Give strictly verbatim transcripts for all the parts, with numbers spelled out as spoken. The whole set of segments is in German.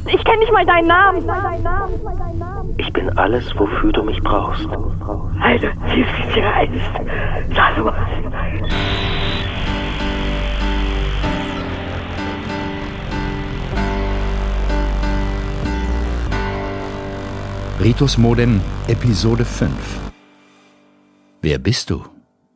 Ich kenne nicht mal deinen Namen. Ich bin alles, wofür du mich brauchst. Eine ziemliche Eins. Salomon. Ritus Modem, Episode fünf. Wer bist du?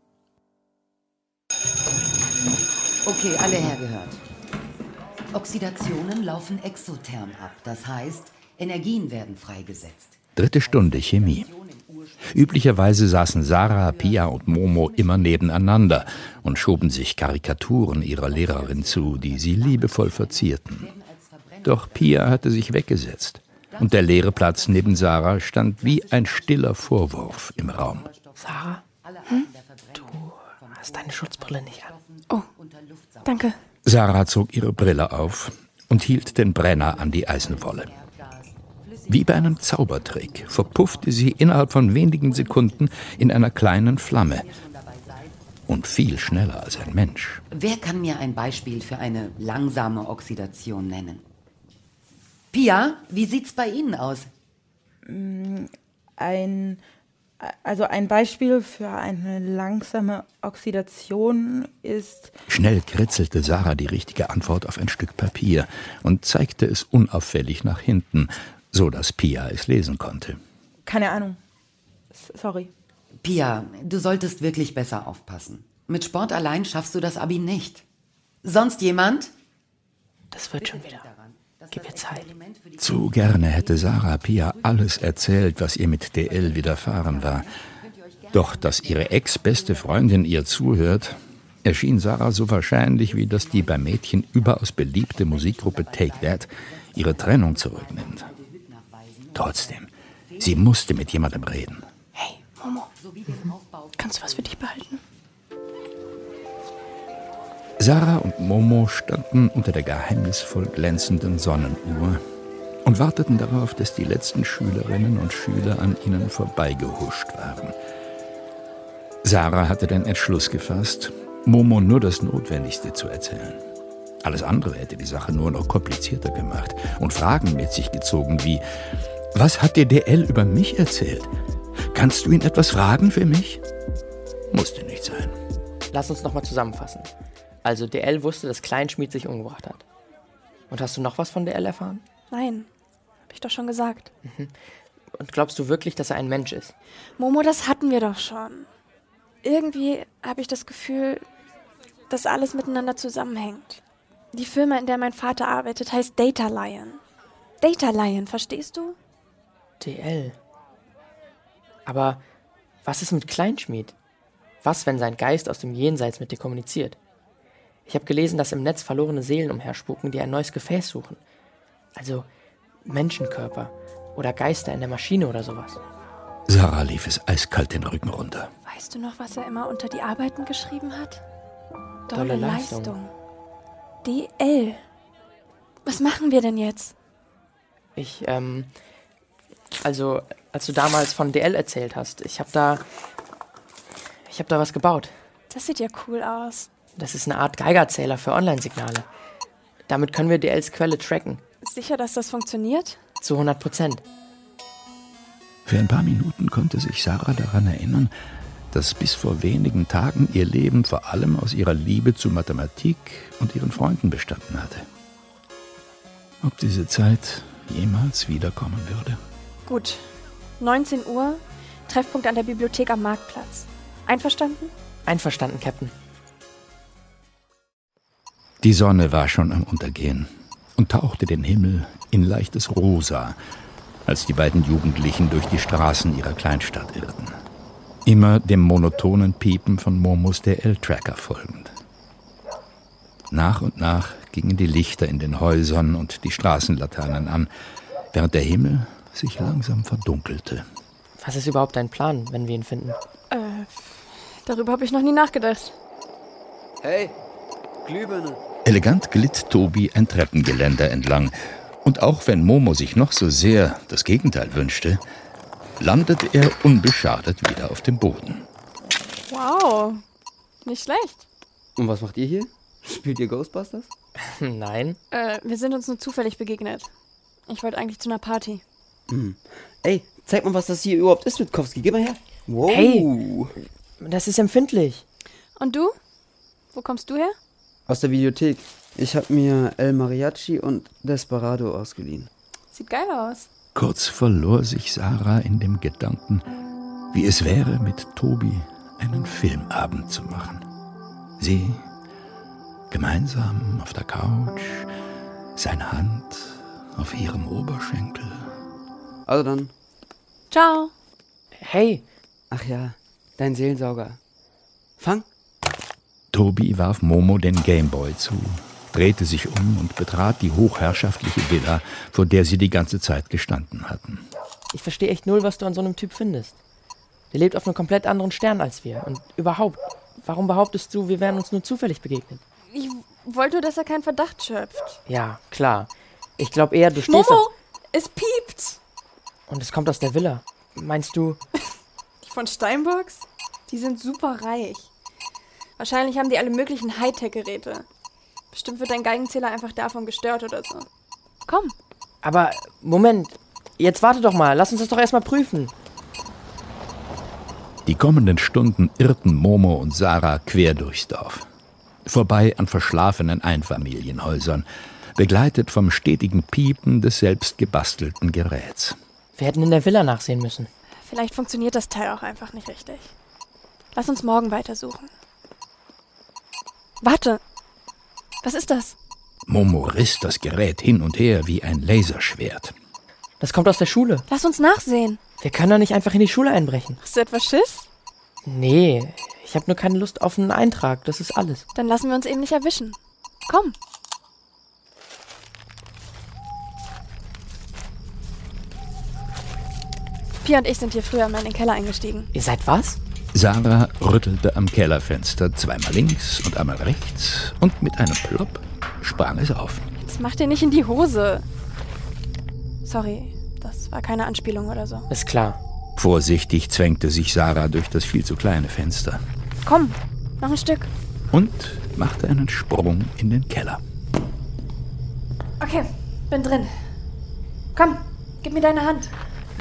Okay, alle hergehört. Oxidationen laufen exotherm ab, das heißt, Energien werden freigesetzt. Dritte Stunde Chemie. Üblicherweise saßen Sarah, Pia und Momo immer nebeneinander und schoben sich Karikaturen ihrer Lehrerin zu, die sie liebevoll verzierten. Doch Pia hatte sich weggesetzt und der leere Platz neben Sarah stand wie ein stiller Vorwurf im Raum. Sarah, hm? Du hast deine Schutzbrille nicht an. Oh, danke. Sarah zog ihre Brille auf und hielt den Brenner an die Eisenwolle. Wie bei einem Zaubertrick verpuffte sie innerhalb von wenigen Sekunden in einer kleinen Flamme. Und viel schneller als ein Mensch. Wer kann mir ein Beispiel für eine langsame Oxidation nennen? Pia, wie sieht's bei Ihnen aus? Ein, also ein Beispiel für eine langsame Oxidation ist... Schnell kritzelte Sarah die richtige Antwort auf ein Stück Papier und zeigte es unauffällig nach hinten, so dass Pia es lesen konnte. Keine Ahnung. S- Sorry. Pia, du solltest wirklich besser aufpassen. Mit Sport allein schaffst du das Abi nicht. Sonst jemand? Das wird schon wieder. Gib mir Zeit. Zu gerne hätte Sarah Pia alles erzählt, was ihr mit D L widerfahren war. Doch dass ihre ex-beste Freundin ihr zuhört, erschien Sarah so wahrscheinlich, wie dass die beim Mädchen überaus beliebte Musikgruppe Take That ihre Trennung zurücknimmt. Trotzdem, sie musste mit jemandem reden. Hey, Momo, kannst du was für dich behalten? Sarah und Momo standen unter der geheimnisvoll glänzenden Sonnenuhr und warteten darauf, dass die letzten Schülerinnen und Schüler an ihnen vorbeigehuscht waren. Sarah hatte den Entschluss gefasst, Momo nur das Notwendigste zu erzählen. Alles andere hätte die Sache nur noch komplizierter gemacht und Fragen mit sich gezogen wie: Was hat dir D L über mich erzählt? Kannst du ihn etwas fragen für mich? Musste nicht sein. Lass uns nochmal zusammenfassen. Also D L wusste, dass Kleinschmied sich umgebracht hat. Und hast du noch was von D L erfahren? Nein, hab ich doch schon gesagt. Mhm. Und glaubst du wirklich, dass er ein Mensch ist? Momo, das hatten wir doch schon. Irgendwie habe ich das Gefühl, dass alles miteinander zusammenhängt. Die Firma, in der mein Vater arbeitet, heißt Data Lion. Data Lion, verstehst du? D L. Aber was ist mit Kleinschmied? Was, wenn sein Geist aus dem Jenseits mit dir kommuniziert? Ich habe gelesen, dass im Netz verlorene Seelen umherspuken, die ein neues Gefäß suchen. Also Menschenkörper oder Geister in der Maschine oder sowas. Sarah lief es eiskalt den Rücken runter. Weißt du noch, was er immer unter die Arbeiten geschrieben hat? Dolle, Dolle Leistung. Leistung. D L. Was machen wir denn jetzt? Ich, ähm, also, als du damals von D L erzählt hast, ich habe da, ich habe da was gebaut. Das sieht ja cool aus. Das ist eine Art Geigerzähler für Online-Signale. Damit können wir D Ls Quelle tracken. Sicher, dass das funktioniert? Zu hundert Prozent. Für ein paar Minuten konnte sich Sarah daran erinnern, dass bis vor wenigen Tagen ihr Leben vor allem aus ihrer Liebe zu Mathematik und ihren Freunden bestanden hatte. Ob diese Zeit jemals wiederkommen würde? Gut. neunzehn Uhr, Treffpunkt an der Bibliothek am Marktplatz. Einverstanden? Einverstanden, Captain. Die Sonne war schon am Untergehen und tauchte den Himmel in leichtes Rosa, als die beiden Jugendlichen durch die Straßen ihrer Kleinstadt irrten. Immer dem monotonen Piepen von Momos D L-Tracker folgend. Nach und nach gingen die Lichter in den Häusern und die Straßenlaternen an, während der Himmel sich langsam verdunkelte. Was ist überhaupt dein Plan, wenn wir ihn finden? Äh, darüber habe ich noch nie nachgedacht. Hey, Glühbirne. Elegant glitt Tobi ein Treppengeländer entlang. Und auch wenn Momo sich noch so sehr das Gegenteil wünschte, landete er unbeschadet wieder auf dem Boden. Wow, nicht schlecht. Und was macht ihr hier? Spielt ihr Ghostbusters? Nein. Äh, wir sind uns nur zufällig begegnet. Ich wollte eigentlich zu einer Party. Hm. Ey, zeig mal, was das hier überhaupt ist, Witkowski. Geh mal her. Wow. Hey, das ist empfindlich. Und du? Wo kommst du her? Aus der Videothek. Ich habe mir El Mariachi und Desperado ausgeliehen. Sieht geil aus. Kurz verlor sich Sarah in dem Gedanken, wie es wäre, mit Tobi einen Filmabend zu machen. Sie gemeinsam auf der Couch, seine Hand auf ihrem Oberschenkel. Also dann. Ciao. Hey, Ach ja, dein Seelensauger. Fang. Tobi warf Momo den Gameboy zu, drehte sich um und betrat die hochherrschaftliche Villa, vor der sie die ganze Zeit gestanden hatten. ich verstehe echt null, was du an so einem Typ findest. Der lebt auf einem komplett anderen Stern als wir. Und überhaupt, warum behauptest du, wir wären uns nur zufällig begegnet? Ich wollte nur, dass er keinen Verdacht schöpft. Ja, klar. Ich glaube eher, du stehst... Momo, auf- es piept. Und es kommt aus der Villa. Meinst du... Die von Steinbocks? Die sind super reich. Wahrscheinlich haben die alle möglichen Hightech-Geräte. Bestimmt wird dein Geigenzähler einfach davon gestört oder so. Komm. Aber, Moment. Jetzt warte doch mal. Lass uns das doch erstmal prüfen. Die kommenden Stunden irrten Momo und Sarah quer durchs Dorf. Vorbei an verschlafenen Einfamilienhäusern, begleitet vom stetigen Piepen des selbst gebastelten Geräts. Wir hätten in der Villa nachsehen müssen. Vielleicht funktioniert das Teil auch einfach nicht richtig. Lass uns morgen weitersuchen. Warte. Was ist das? Momo riss das Gerät hin und her wie ein Laserschwert. Das kommt aus der Schule. Lass uns nachsehen. Wir können doch nicht einfach in die Schule einbrechen. Hast du etwas Schiss? Nee, ich habe nur keine Lust auf einen Eintrag. Das ist alles. Dann lassen wir uns eben nicht erwischen. Komm. Pia und ich sind hier früher mal in den Keller eingestiegen. Ihr seid was? Sarah rüttelte am Kellerfenster zweimal links und einmal rechts und mit einem Plopp sprang es auf. Jetzt mach dir nicht in die Hose. Sorry, das war keine Anspielung oder so. Ist klar. Vorsichtig zwängte sich Sarah durch das viel zu kleine Fenster Komm, noch ein Stück. und machte einen Sprung in den Keller. Okay, bin drin. Komm, gib mir deine Hand.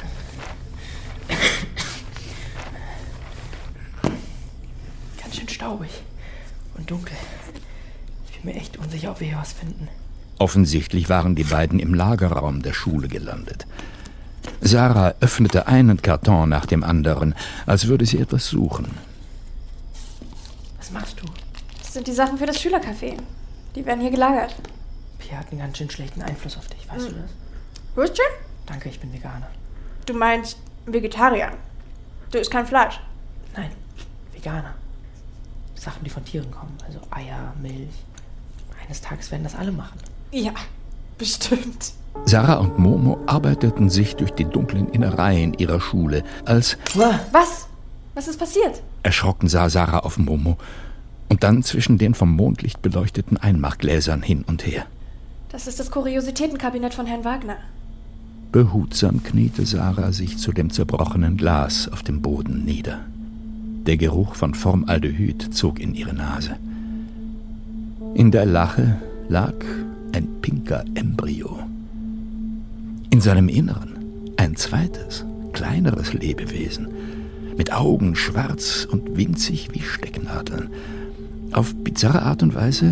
Ganz schön staubig und dunkel. Ich bin mir echt unsicher, ob wir hier was finden. Offensichtlich waren die beiden im Lagerraum der Schule gelandet. Sarah öffnete einen Karton nach dem anderen, als würde sie etwas suchen. Was machst du? Das sind die Sachen für das Schülercafé. Die werden hier gelagert. Pia hat einen ganz schön schlechten Einfluss auf dich, weißt du das? Würstchen? Danke, ich bin Veganer. Du meinst Vegetarier. Du isst kein Fleisch. Nein, Veganer. Sachen, die von Tieren kommen. Also Eier, Milch. Eines Tages werden das alle machen. Ja, bestimmt. Sarah und Momo arbeiteten sich durch die dunklen Innereien ihrer Schule, als Was? Was ist passiert? erschrocken sah Sarah auf Momo und dann zwischen den vom Mondlicht beleuchteten Einmachgläsern hin und her. Das ist das Kuriositätenkabinett von Herrn Wagner. Behutsam kniete Sarah sich zu dem zerbrochenen Glas auf dem Boden nieder. Der Geruch von Formaldehyd zog in ihre Nase. In der Lache lag ein pinker Embryo. In seinem Inneren ein zweites, kleineres Lebewesen, mit Augen schwarz und winzig wie Stecknadeln. Auf bizarre Art und Weise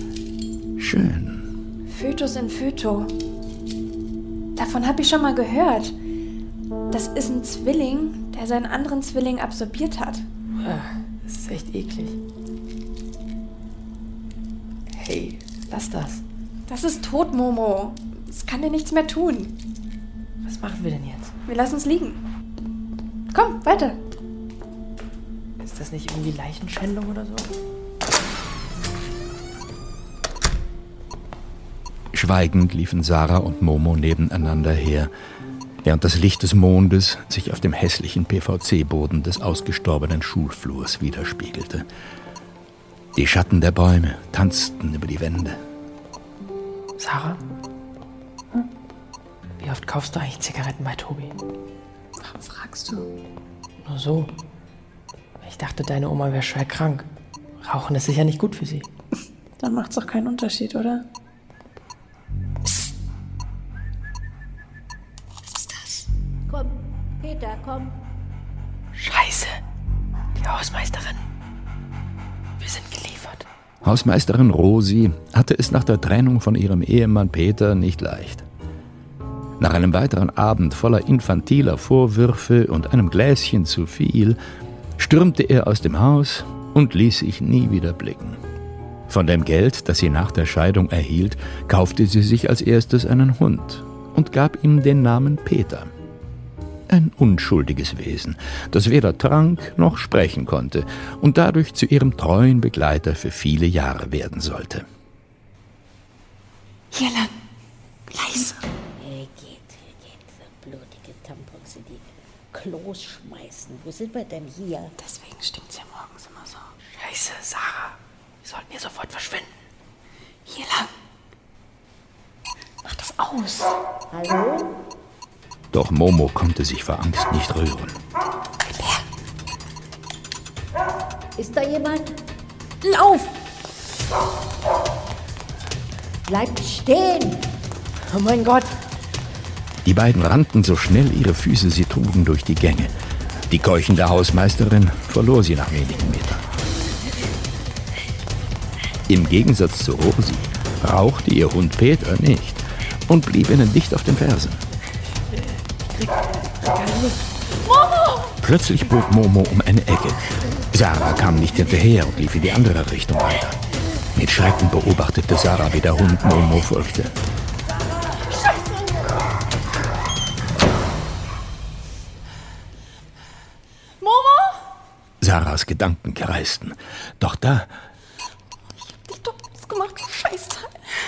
schön. Fötus in Föto. Davon habe ich schon mal gehört. Das ist ein Zwilling, der seinen anderen Zwilling absorbiert hat. Das ist echt eklig. Hey, lass das. Das ist tot, Momo. Es kann dir nichts mehr tun. Was machen wir denn jetzt? Wir lassen es liegen. Komm, weiter. Ist das nicht irgendwie Leichenschändung oder so? Schweigend liefen Sarah und Momo nebeneinander her, während das Licht des Mondes sich auf dem hässlichen P V C-Boden des ausgestorbenen Schulflurs widerspiegelte. Die Schatten der Bäume tanzten über die Wände. Sarah? Hm? Wie oft kaufst du eigentlich Zigaretten bei Tobi? Warum fragst du? Nur so. Ich dachte, deine Oma wäre schwer krank. Rauchen ist sicher nicht gut für sie. Dann macht's doch keinen Unterschied, oder? Psst. komm. Scheiße. Die Hausmeisterin. Wir sind geliefert. Hausmeisterin Rosi hatte es nach der Trennung von ihrem Ehemann Peter nicht leicht. Nach einem weiteren Abend voller infantiler Vorwürfe und einem Gläschen zu viel stürmte er aus dem Haus und ließ sich nie wieder blicken. Von dem Geld, das sie nach der Scheidung erhielt, kaufte sie sich als erstes einen Hund und gab ihm den Namen Peter. Ein unschuldiges Wesen, das weder trank noch sprechen konnte und dadurch zu ihrem treuen Begleiter für viele Jahre werden sollte. Hier lang. Leise. Hey, geht, hey, geht. So blutige Tampons in die Klos schmeißen. Wo sind wir denn hier? Deswegen stinkt's ja morgens immer so. Scheiße, Sarah. Wir sollten hier sofort verschwinden. Hier lang. Mach das aus. Hallo? Doch Momo konnte sich vor Angst nicht rühren. Ist da jemand? Lauf! Bleibt stehen! Oh mein Gott. Die beiden rannten so schnell ihre Füße sie trugen durch die Gänge. Die keuchende Hausmeisterin verlor sie nach wenigen Metern. Im Gegensatz zu Rosi rauchte ihr Hund Peter nicht und blieb ihnen dicht auf den Fersen. Momo! Plötzlich bog Momo um eine Ecke. Sarah kam nicht hinterher und lief in die andere Richtung weiter. Mit Schrecken beobachtete Sarah, wie der Hund Momo folgte. Momo? Sarahs Gedanken kreisten. Doch da... Ich hab dich doch nichts gemacht, du Scheißteil.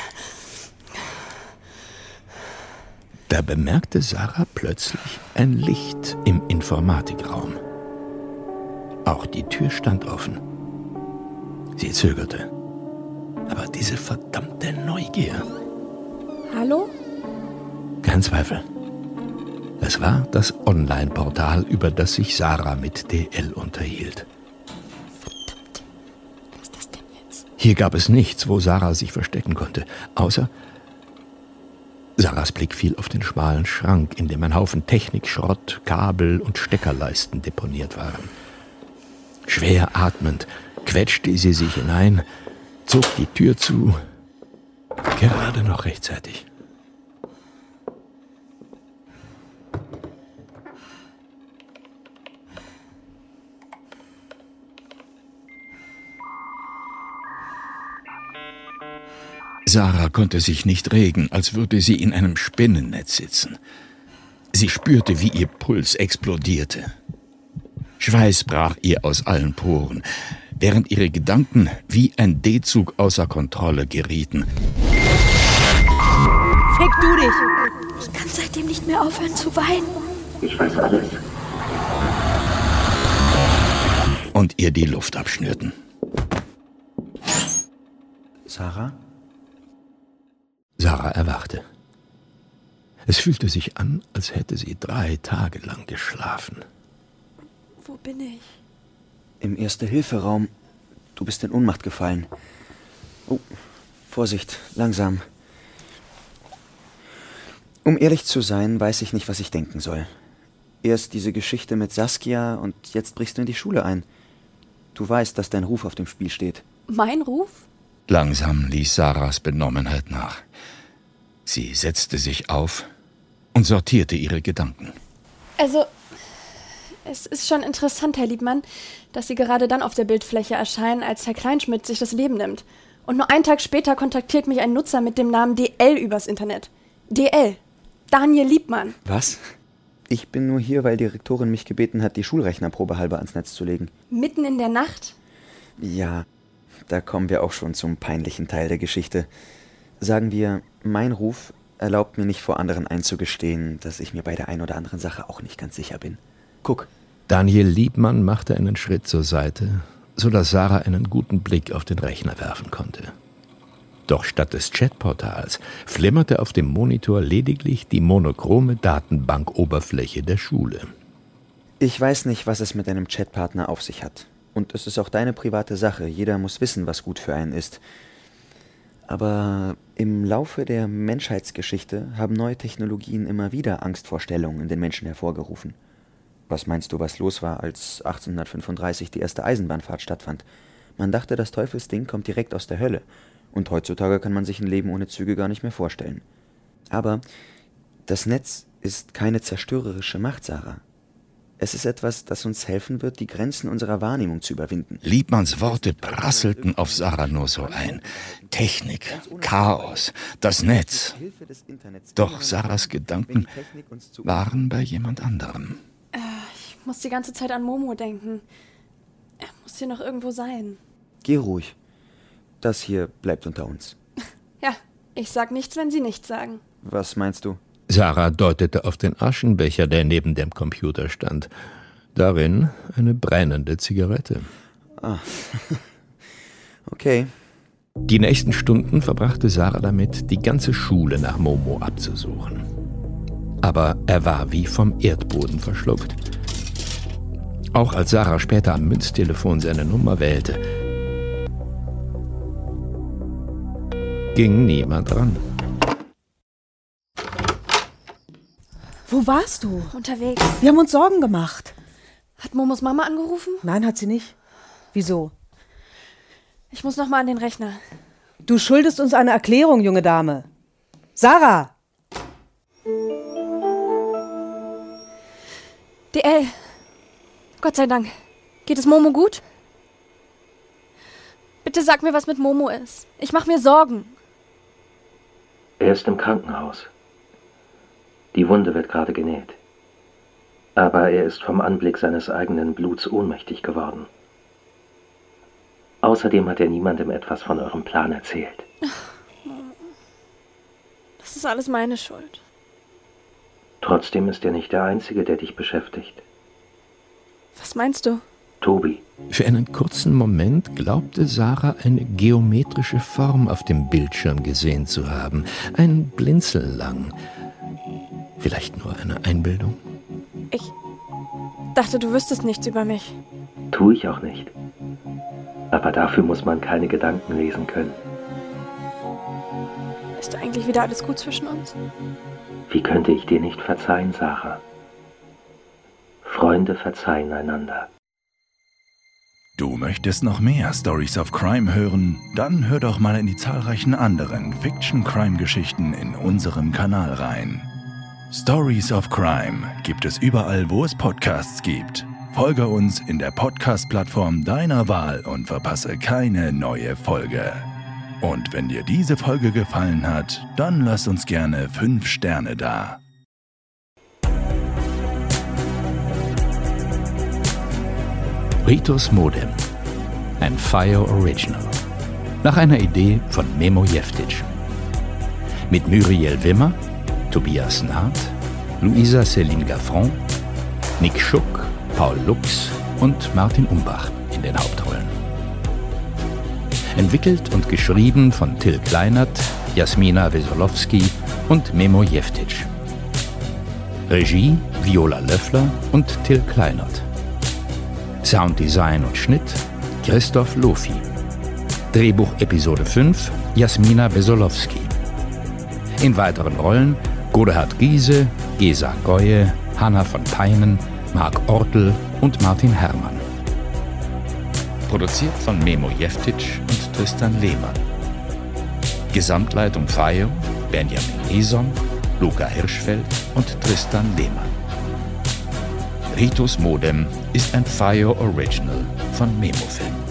Da bemerkte Sarah plötzlich ein Licht im Informatikraum. Auch die Tür stand offen. Sie zögerte. Aber diese verdammte Neugier. Hallo? Kein Zweifel. Es war das Online-Portal, über das sich Sarah mit D L unterhielt. Verdammt. Was ist das denn jetzt? Hier gab es nichts, wo Sarah sich verstecken konnte, außer... Sarahs Blick fiel auf den schmalen Schrank, in dem ein Haufen Technikschrott, Kabel und Steckerleisten deponiert waren. Schwer atmend quetschte sie sich hinein, zog die Tür zu, gerade noch rechtzeitig. Sarah konnte sich nicht regen, als würde sie in einem Spinnennetz sitzen. Sie spürte, wie ihr Puls explodierte. Schweiß brach ihr aus allen Poren, während ihre Gedanken wie ein D-Zug außer Kontrolle gerieten. Fick du dich! Ich kann seitdem nicht mehr aufhören zu weinen. Ich weiß alles. Und ihr die Luft abschnürten. Sarah? Sarah erwachte. Es fühlte sich an, als hätte sie drei Tage lang geschlafen. Wo bin ich? Im Erste-Hilfe-Raum. Du bist in Ohnmacht gefallen. Oh, Vorsicht, langsam. Um ehrlich zu sein, weiß ich nicht, was ich denken soll. Erst diese Geschichte mit Saskia und jetzt brichst du in die Schule ein. Du weißt, dass dein Ruf auf dem Spiel steht. Mein Ruf? Langsam ließ Sarahs Benommenheit nach. Sie setzte sich auf und sortierte ihre Gedanken. Also, es ist schon interessant, Herr Liebmann, dass Sie gerade dann auf der Bildfläche erscheinen, als Herr Kleinschmidt sich das Leben nimmt. Und nur einen Tag später kontaktiert mich ein Nutzer mit dem Namen D L übers Internet. D L. Daniel Liebmann. Was? Ich bin nur hier, weil die Rektorin mich gebeten hat, die Schulrechnerprobe halber ans Netz zu legen. Mitten in der Nacht? Ja, da kommen wir auch schon zum peinlichen Teil der Geschichte. Sagen wir, mein Ruf erlaubt mir nicht vor anderen einzugestehen, dass ich mir bei der ein oder anderen Sache auch nicht ganz sicher bin. Guck. Daniel Liebmann machte einen Schritt zur Seite, sodass Sarah einen guten Blick auf den Rechner werfen konnte. Doch statt des Chatportals flimmerte auf dem Monitor lediglich die monochrome Datenbankoberfläche der Schule. Ich weiß nicht, was es mit deinem Chatpartner auf sich hat. Und es ist auch deine private Sache. Jeder muss wissen, was gut für einen ist. Aber im Laufe der Menschheitsgeschichte haben neue Technologien immer wieder Angstvorstellungen in den Menschen hervorgerufen. Was meinst du, was los war, als achtzehnhundertfünfunddreißig die erste Eisenbahnfahrt stattfand? Man dachte, das Teufelsding kommt direkt aus der Hölle. Und heutzutage kann man sich ein Leben ohne Züge gar nicht mehr vorstellen. Aber das Netz ist keine zerstörerische Macht, Sarah. Es ist etwas, das uns helfen wird, die Grenzen unserer Wahrnehmung zu überwinden. Liebmanns Worte prasselten auf Sarah nur so ein. Technik, Chaos, das Netz. Doch Sarahs Gedanken waren bei jemand anderem. Äh, ich muss die ganze Zeit an Momo denken. Er muss hier noch irgendwo sein. Geh ruhig. Das hier bleibt unter uns. Ja, ich sag nichts, wenn Sie nichts sagen. Was meinst du? Sarah deutete auf den Aschenbecher, der neben dem Computer stand. Darin eine brennende Zigarette. Ah, okay. Die nächsten Stunden verbrachte Sarah damit, die ganze Schule nach Momo abzusuchen. Aber er war wie vom Erdboden verschluckt. Auch als Sarah später am Münztelefon seine Nummer wählte, ging niemand ran. Wo warst du? Unterwegs. Wir haben uns Sorgen gemacht. Hat Momos Mama angerufen? Nein, hat sie nicht. Wieso? Ich muss noch mal an den Rechner. Du schuldest uns eine Erklärung, junge Dame. Sarah! D L. Gott sei Dank. Geht es Momo gut? Bitte sag mir, was mit Momo ist. Ich mache mir Sorgen. Er ist im Krankenhaus. Die Wunde wird gerade genäht. Aber er ist vom Anblick seines eigenen Bluts ohnmächtig geworden. Außerdem hat er niemandem etwas von eurem Plan erzählt. Das ist alles meine Schuld. Trotzdem ist er nicht der Einzige, der dich beschäftigt. Was meinst du? Tobi. Für einen kurzen Moment glaubte Sarah, eine geometrische Form auf dem Bildschirm gesehen zu haben. Ein Blinzeln lang. Vielleicht nur eine Einbildung? Ich dachte, du wüsstest nichts über mich. Tu ich auch nicht. Aber dafür muss man keine Gedanken lesen können. Ist eigentlich wieder alles gut zwischen uns? Wie könnte ich dir nicht verzeihen, Sarah? Freunde verzeihen einander. Du möchtest noch mehr Stories of Crime hören? Dann hör doch mal in die zahlreichen anderen Fiction-Crime-Geschichten in unserem Kanal rein. Stories of Crime gibt es überall, wo es Podcasts gibt. Folge uns in der Podcast-Plattform deiner Wahl und verpasse keine neue Folge. Und wenn dir diese Folge gefallen hat, dann lass uns gerne fünf Sterne da. Ritus Modem, ein Fire Original. Nach einer Idee von Memo Jeftic. Mit Muriel Wimmer, Tobias Naht, Luisa Céline Gaffron, Nick Schuck, Paul Lux und Martin Umbach in den Hauptrollen. Entwickelt und geschrieben von Till Kleinert, Jasmina Wesolowski und Memo Jeftic. Regie Viola Löffler und Till Kleinert. Sounddesign und Schnitt Christoph Lofi. Drehbuch Episode fünf Jasmina Wesolowski. In weiteren Rollen Godehard Giese, Gesa Goye, Hanna von Peinen, Marc Ortel und Martin Herrmann. Produziert von Memo Jeftic und Tristan Lehmann. Gesamtleitung Fayo, Benjamin Eson, Luca Hirschfeld und Tristan Lehmann. Ritus Modem ist ein Fayo Original von Memofilm.